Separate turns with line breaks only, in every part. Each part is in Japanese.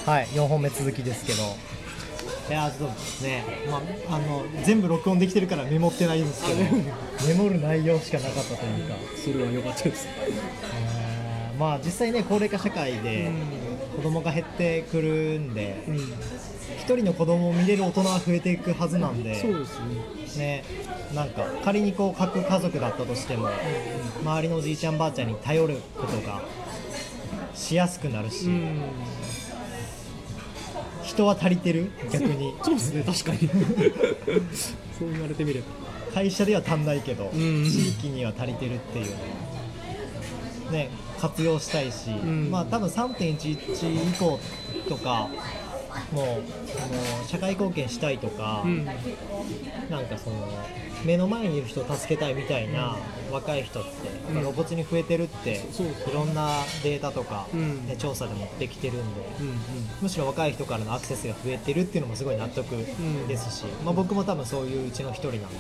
はい、4本目続きですけど、
いやちょっとね、全部録音できてるからメモってないんですけど
メモる内容しかなかったというか、
それは良かったです。
まあ実際ね高齢化社会で子供が減ってくるんで、一人の子供を見れる大人は増えていくはずなんで、
そうですね。
ね、なんか仮にこう各家族だったとしても、周りのおじいちゃんばあちゃんに頼ることがしやすくなるし、人は足りてる、逆に
そうですね、確かにそう言われてみれば
会社では足んないけど、
ん
地域には足りてるっていうのをね活用したいし、まあ多分 3.11 以降とかもう社会貢献したいとか、なんかその目の前にいる人を助けたいみたいな若い人って露骨に増えてるって、
そう
いろんなデータとか、
ん
調査でもできてるんで、むしろ若い人からのアクセスが増えてるっていうのもすごい納得ですし、まあ、僕も多分そういううちの一人なんで、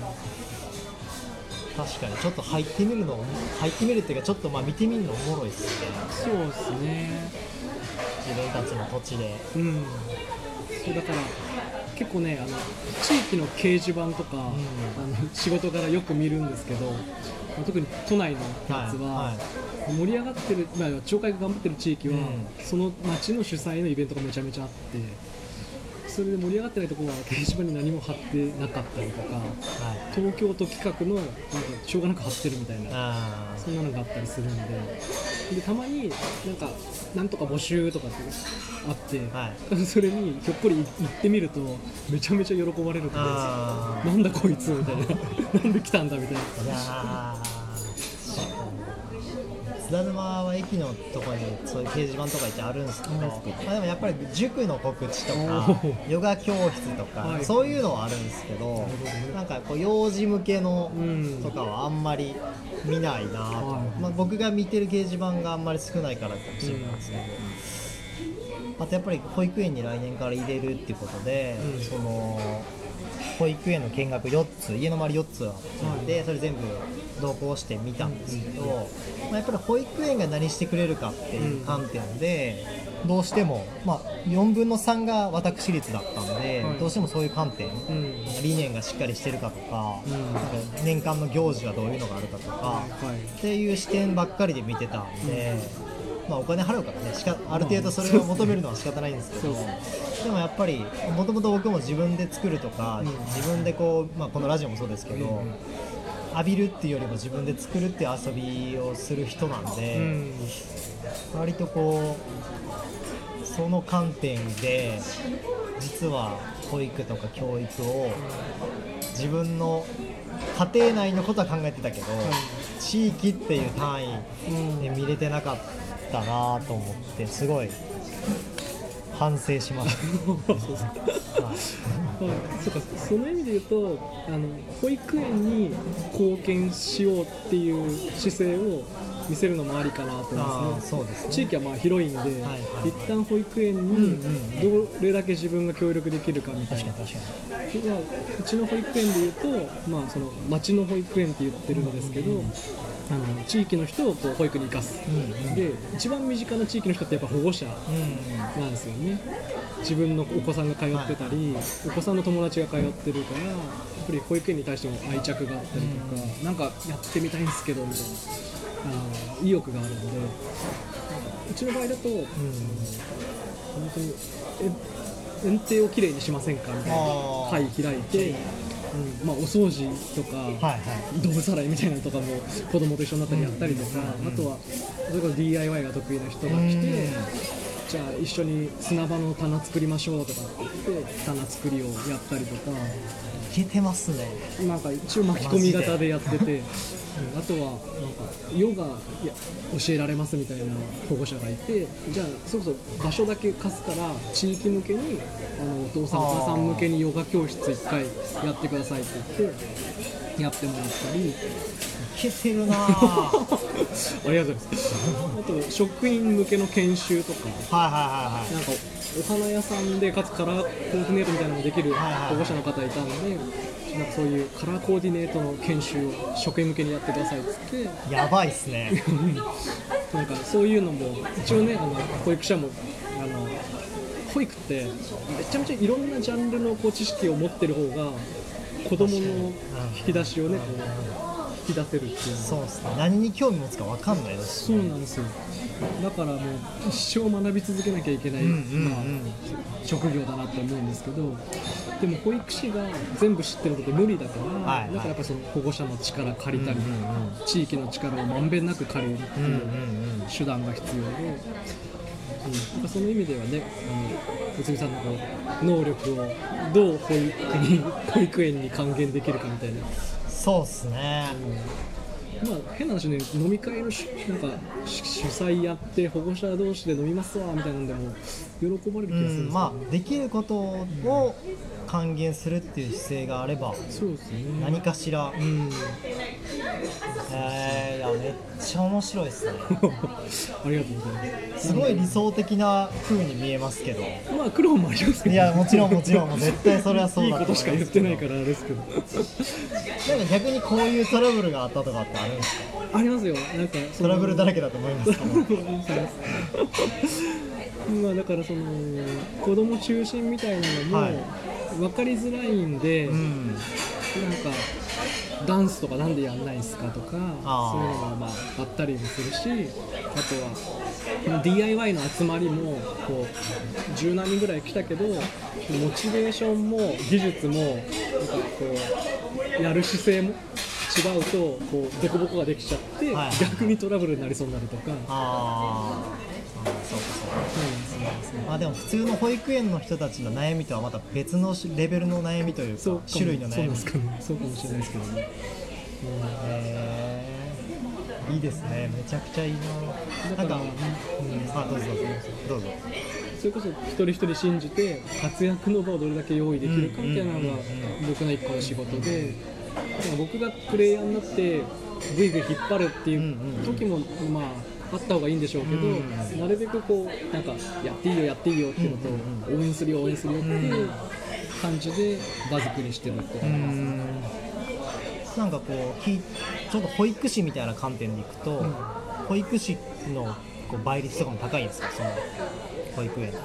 確かにちょっと入ってみるっていうかちょっとまあ見てみるのおもろいですね、
そうですね。
自分たちの土地で。
そうだから結構ね、地域の掲示板とか、仕事柄よく見るんですけど、特に都内のやつは盛り上がってる、町会が頑張ってる地域は、その町の主催のイベントがめちゃめちゃあって、それで盛り上がってないところは掲示板に何も貼ってなかったりとか、東京都企画のなんかしょうがなく貼ってるみたいな、そんなのがあったりするんで、たまになんとか募集とかってあって、それにひょっこり行ってみるとめちゃめちゃ喜ばれるから、なんだこいつみたいななんで来たんだみたいな。
いや津田沼は駅のところにそういう掲示板とか一応あるんですけど、でもやっぱり塾の告知とかヨガ教室とか、そういうのはあるんですけど、なんかこう幼児向けのとかはあんまり見ないなと、僕が見てる掲示板があんまり少ないからかもしれないですけど、あとやっぱり保育園に来年から入れるっていうことで、その保育園の見学4つ、家の周り4つあって、それ全部同行してみたんですけど、やっぱり保育園が何してくれるかっていう観点で、どうしても、4分の3が私立だったんで、どうしてもそういう観点、理念がしっかりしてるかとか、なんか年間の行事はどういうのがあるかとか、っていう視点ばっかりで見てたんで、お金払うからね、ある程度それを求めるのは仕方ないんですけど、でもやっぱりもともと僕も自分で作るとか、自分でこう、このラジオもそうですけど、浴びるっていうよりも自分で作るっていう遊びをする人なんで、割とこうその観点で実は保育とか教育を自分の家庭内のことは考えてたけど、地域っていう単位で見れてなかったなと思って、すごい反省しました
そうか、その意味で言うと保育園に貢献しようっていう姿勢を見せるのもありかなと思いますね。
そうですね。
地域は広いんで、一旦保育園にどれだけ自分が協力できるかみたいな。うちの保育園で言うと、その町の保育園って言ってるんですけど、地域の人をこう保育に生かす、で一番身近な地域の人ってやっぱ保護者なんですよね。自分のお子さんが通ってたり、お子さんの友達が通ってるから、やっぱり保育園に対しても愛着があったりとか、なんかやってみたいんですけどみたいな意欲があるので、うちの場合だと、本当に園庭をきれいにしませんかみたいな会開いて、お掃除とか、動物洗いみたいなのとかも子供と一緒になったりやったりとか、あとはそれこそ DIY が得意な人が来て、じゃあ一緒に砂場の棚作りましょうとかって言って棚作りをやったりとか。
いけてますね。
なんか一応巻き込み型でやっててあとはなんかヨガ教えられますみたいな保護者がいて、じゃあそろそろ場所だけ貸すから地域向けにお父さんお母さん向けにヨガ教室1回やってくださいって言ってやってもらったり。
いけてるな
ありがとうございます。あと職員向けの研修とか、なんかお花屋さんでかつカラーコーディネートみたいなのもできる保護者の方いたので、なんかそういうカラーコーディネートの研修を職員向けにやってくださいっつって
やばいっすね
なんかそういうのも一応ね、保育者も保育ってめちゃめちゃいろんなジャンルのこう知識を持ってる方が子供の引き出しをねこう引き出せるっていうの
そうですね、何に興味持つか分かんないですし、
そうなんですよ。だからもう一生学び続けなきゃいけない、まあ、職業だなって思うんですけど、でも保育士が全部知ってること無理だから、
はいはい
だからやっぱその保護者の力借りたり、地域の力をまんべんなく借りるっていう手段が必要で、なんかその意味ではね、宇津木さんのこう能力をどう保育園に還元できるかみたいな。
そうっすね、
まあ、変な話ね、飲み会のなんか主催やって保護者同士で飲みますわみたいなんでも喜ばれる気がするんですけど、
まあできることを還元するっていう姿勢があれば
そうですね。
何かしら、いやめっちゃ面白いですね
ありがとうございます。
すごい理想的な風に見えますけど、
まあ苦労もありますけど、
いやもちろんもう絶対それはそう
いいこと
だと思います
しか言ってないからあれですけど
なんか逆にこういうトラブルがあったとかってあるんですか？
ありますよ。なんか
トラブルだらけだと思いますけど
まあだからその子供中心みたいなのも
はい
分かりづらいんで、なんかダンスとかなんでやんないんすかとか、そういうのがまああったりもするし、あとは DIY の集まりもこう10何人ぐらい来たけど、モチベーションも技術もなんかこうやる姿勢も違うとこうデコボコができちゃって、
はい
逆にトラブルになりそうになるとか。
そうかそうか、まあでも普通の保育園の人たちの悩みとはまた別のレベルの悩みというか
そう
種類の悩み、
そうかもしれないですけどね。
いいですね、めちゃくちゃいいな。なんか、どうぞどうぞ。
それこそ一人一人信じて活躍の場をどれだけ用意できるかみたいなのが僕の一個の仕事で、僕がプレイヤーになってグイグイ引っ張るっていう時もまああった方がいいんでしょうけど、なるべくこうなんかやっていいよやっていいよっていうのと、応援するよ応援するよっていう感じで場作りしてるって感じですね。
なんかこうちょっと保育士みたいな観点でいくと、保育士のこう倍率とかも高いんですか、その保育園って。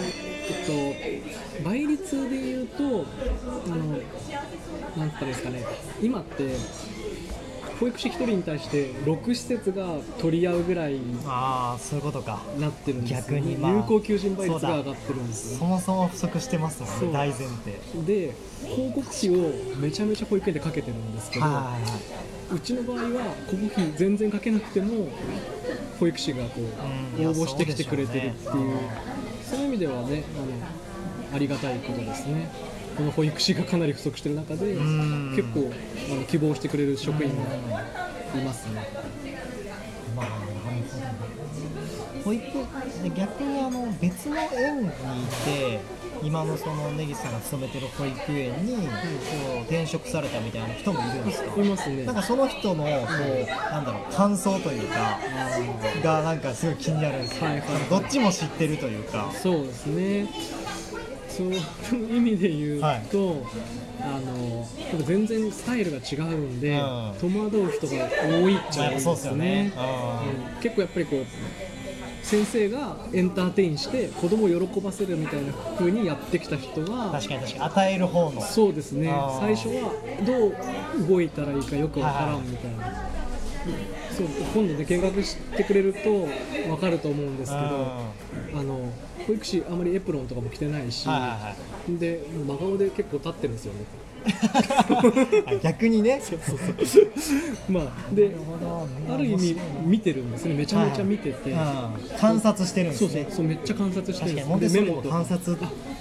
倍率で言うとなんてですかね、今って保育士1人に対して6施設が取り合うぐらいに
そういうことか。
なってるんですよ、
逆に、
有効求人倍率が上がってるんですよ
そもそも不足してますもんね、大前提
で広告費をめちゃめちゃ保育園でかけてるんですけど、うちの場合は広告費全然かけなくても保育士がこう応募してきてくれてるっていう、そういう意味ではねありがたいことですね。この保育士がかなり不足してる中で結構希望してくれる職員がいますね。
まあ、なるほど。保育で逆に別の園にいて今のその根岸さんが勤めてる保育園にこう転職されたみたいな人もいるんですか？
いますね。
なんかその人のこうなんだろう感想というかがなんかすごい気になるんですよ、どっちも知ってるというか。
そうですね。そういう意味で言うと、全然スタイルが違うんで、戸惑う人が多いっちゃ多いですね。結構やっぱりこう先生がエンターテインして子供を喜ばせるみたいな風にやってきた人は
確かに与える方の。
そうですね。最初はどう動いたらいいかよくわからんみたいな。そう今度ね見学してくれると分かると思うんですけど、保育士あまりエプロンとかも着てないし、で真顔で結構立ってるんですよね。
逆にね。
まあである意味見てるんですね。めちゃめちゃ見てて、
観察してるんですね。
そうめっちゃ観察してるんです。
モンテッソーリも観察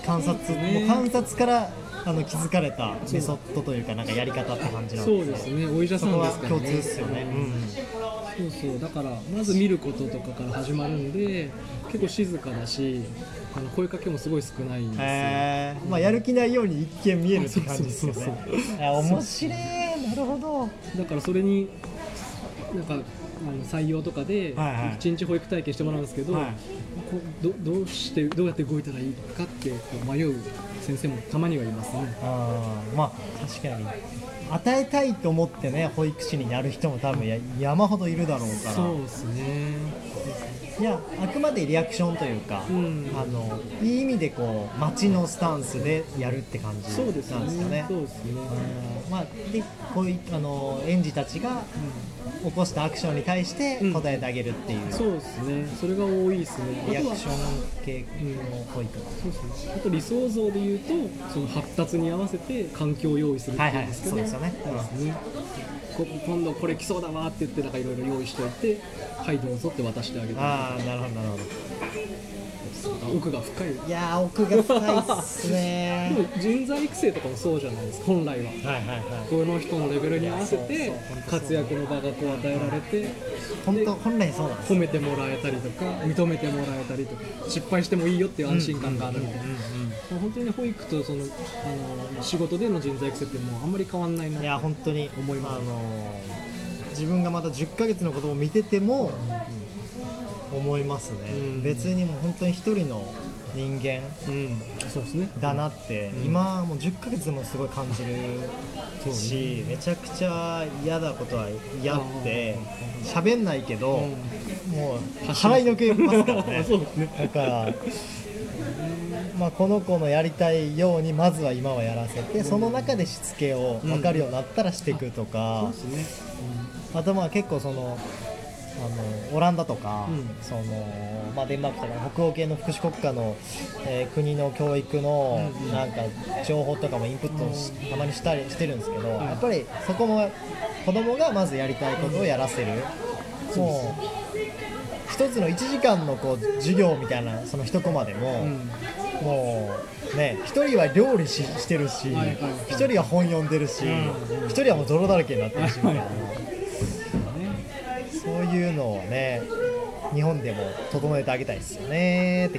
から気づかれたメソッドというかなんかやり方って感じなんです。
そうですね。お医者さんですからね。
共通ですよね。
だからまず見ることとかから始まるんで結構静かだし声かけもすごい少ないんですよ。
まあやる気ないように一見見えるって感じですよね。面白い。なるほど。
だからそれになんか採用とかで1日保育体験してもらうんですけど、どうやって動いたらいいかって迷う先生もたまにはいますね。
まあ確かに与えたいと思ってね保育士になる人も多分山ほどいるだろうから。
そうですね。
いやあくまでリアクションというか、いい意味でこう街のスタンスでやるって感じなんですかね。
そうですね。
まあ、でこういう園児たちが起こしたアクションに対して答えてあげるっていう、
そうですね。それが多いですね。
リアクション系の保育、
そうですね。あと理想像で言うとその発達に合わせて環境を用意するっていうんですけど、
そうですよね、
そうですね。今度これ来そうだわって言ってなんかいろいろ用意しておいて、はいどうぞって渡してあげる。
ああなるほどなるほど。
奥が深い。
いやー奥が深いっすね
でも人材育成とかもそうじゃないですか本来は。
はいはいはい。
この人のレベルに合わせて活躍の場がこう与えられて、
本来そうなんです。
褒めてもらえたりとか認めてもらえたりとか失敗してもいいよっていう安心感があるみたいな。本当に保育とその仕事での人材育成ってもうあんまり変わんないな。
いや本当に
思います
自分がまだ10ヶ月の子供を見てても思いますね、別にもう本当に一人の人間
そうですね。
だなって、今もう10ヶ月でもすごい感じるし、めちゃくちゃ嫌なことは嫌って喋んないけど、もう払いのけますからね
そうですね。
だからまあこの子のやりたいようにまずは今はやらせて、その中でしつけを分かるようになったらしていくとか、
そうですね。
あとまあ結構そのオランダとか、そのまあ、デンマークとか北欧系の福祉国家の、国の教育のなんか情報とかもインプットたまにしたりしてるんですけど、やっぱりそこも子供がまずやりたいことをやらせる、もう一つの1時間のこう授業みたいなその一コマでも、もうね一人は料理してるし、一人は本読んでるし、一人はもう泥だらけになってるしみたいな。そういうのをね、日本でも整えてあげたいですよねって